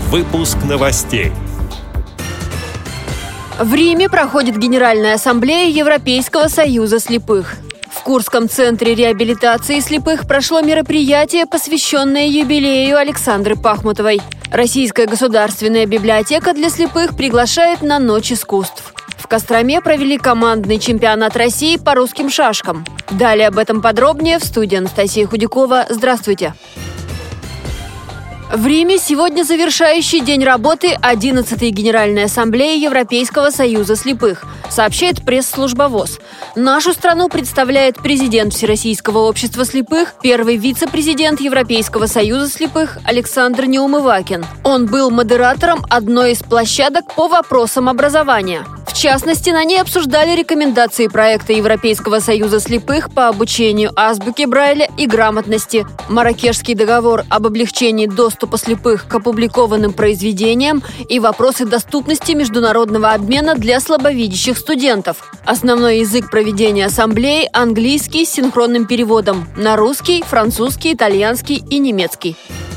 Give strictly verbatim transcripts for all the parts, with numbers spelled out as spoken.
Выпуск новостей. В Риме проходит Генеральная ассамблея Европейского союза слепых. В Курском центре реабилитации слепых прошло мероприятие, посвященное юбилею Александры Пахмутовой. Российская государственная библиотека для слепых приглашает на Ночь искусств. В Костроме провели командный чемпионат России по русским шашкам. Далее об этом подробнее в студии Анастасия Худякова. Здравствуйте! В Риме сегодня завершающий день работы одиннадцатой Генеральной ассамблеи Европейского союза слепых, сообщает пресс-служба ВОС. Нашу страну представляет президент Всероссийского общества слепых, первый вице-президент Европейского союза слепых Александр Неумывакин. Он был модератором одной из площадок по вопросам образования. В частности, на ней обсуждали рекомендации проекта Европейского союза слепых по обучению азбуке Брайля и грамотности, Марракешский договор об облегчении доступа слепых к опубликованным произведениям и вопросы доступности международного обмена для слабовидящих студентов. Основной язык проведения ассамблеи – английский с синхронным переводом на русский, французский, итальянский и немецкий.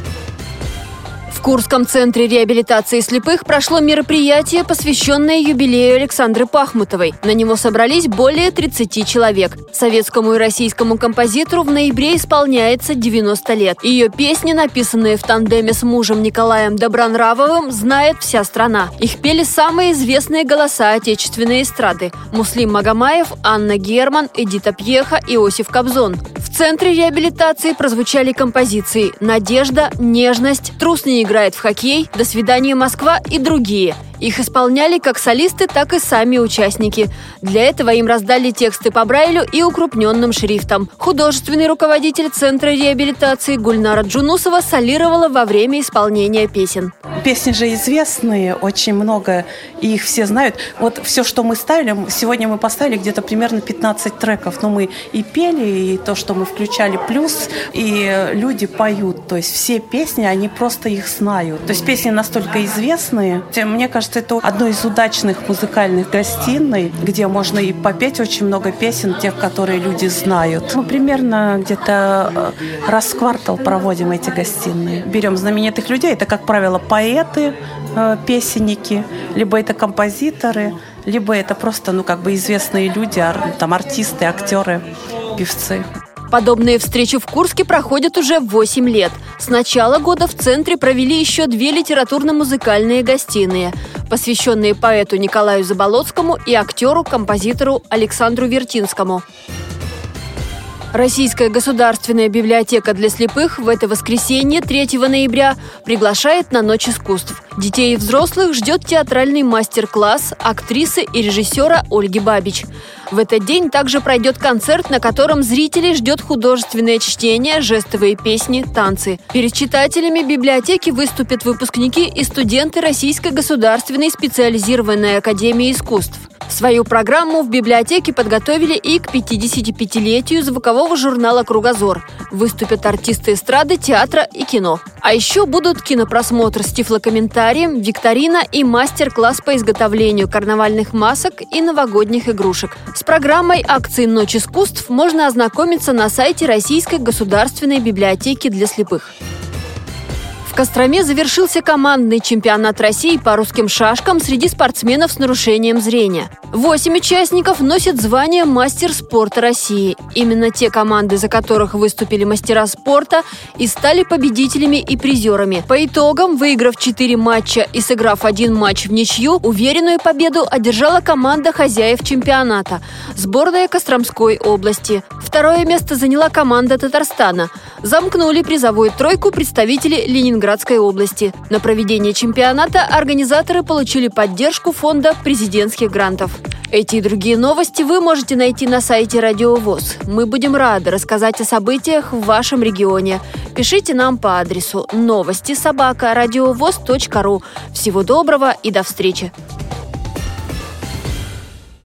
В Курском центре реабилитации слепых прошло мероприятие, посвященное юбилею Александры Пахмутовой. На него собрались более тридцати человек. Советскому и российскому композитору в ноябре исполняется девяносто лет. Ее песни, написанные в тандеме с мужем Николаем Добронравовым, знает вся страна. Их пели самые известные голоса отечественной эстрады – Муслим Магомаев, Анна Герман, Эдита Пьеха, Иосиф Кобзон. В центре реабилитации прозвучали композиции «Надежда», «Нежность», «Трус не играет в хоккей», «До свидания, Москва» и другие. Их исполняли как солисты, так и сами участники. Для этого им раздали тексты по Брайлю и укрупненным шрифтом. Художественный руководитель Центра реабилитации Гульнара Джунусова солировала во время исполнения песен. Песни же известные, очень много, и их все знают. Вот все, что мы ставили, сегодня мы поставили где-то примерно пятнадцать треков. Но мы и пели, и то, что мы включали, плюс, и люди поют. То есть все песни, они просто их знают. То есть песни настолько известные. Мне кажется, это одно из удачных музыкальных гостиной, где можно и попеть очень много песен, тех, которые люди знают. Мы примерно где-то раз в квартал проводим эти гостиные. Берем знаменитых людей, это, как правило, поэты, песенники, либо это композиторы, либо это просто, ну, как бы известные люди, там, артисты, актеры, певцы. Подобные встречи в Курске проходят уже восемь лет. С начала года в центре провели еще две литературно-музыкальные гостиные, посвященные поэту Николаю Заболоцкому и актеру-композитору Александру Вертинскому. Российская государственная библиотека для слепых в это воскресенье, третьего ноября, приглашает на Ночь искусств. Детей и взрослых ждет театральный мастер-класс актрисы и режиссера Ольги Бабич. В этот день также пройдет концерт, на котором зрителей ждет художественное чтение, жестовые песни, танцы. Перед читателями библиотеки выступят выпускники и студенты Российской государственной специализированной академии искусств. Свою программу в библиотеке подготовили и к пятидесятипятилетию звукового журнала «Кругозор». Выступят артисты эстрады, театра и кино. А еще будут кинопросмотр с тифлокомментарием, викторина и мастер-класс по изготовлению карнавальных масок и новогодних игрушек. С программой акции «Ночь искусств» можно ознакомиться на сайте Российской государственной библиотеки для слепых. В Костроме завершился командный чемпионат России по русским шашкам среди спортсменов с нарушением зрения. Восемь участников носят звание «Мастер спорта России». Именно те команды, за которых выступили мастера спорта, и стали победителями и призерами. По итогам, выиграв четыре матча и сыграв один матч в ничью, уверенную победу одержала команда хозяев чемпионата – сборная Костромской области. Второе место заняла команда Татарстана. Замкнули призовую тройку представители Ленинградской области. На проведение чемпионата организаторы получили поддержку фонда президентских грантов. Эти и другие новости вы можете найти на сайте Радио ВОС. Мы будем рады рассказать о событиях в вашем регионе. Пишите нам по адресу новости собака радиовос точка ру. Всего доброго и до встречи!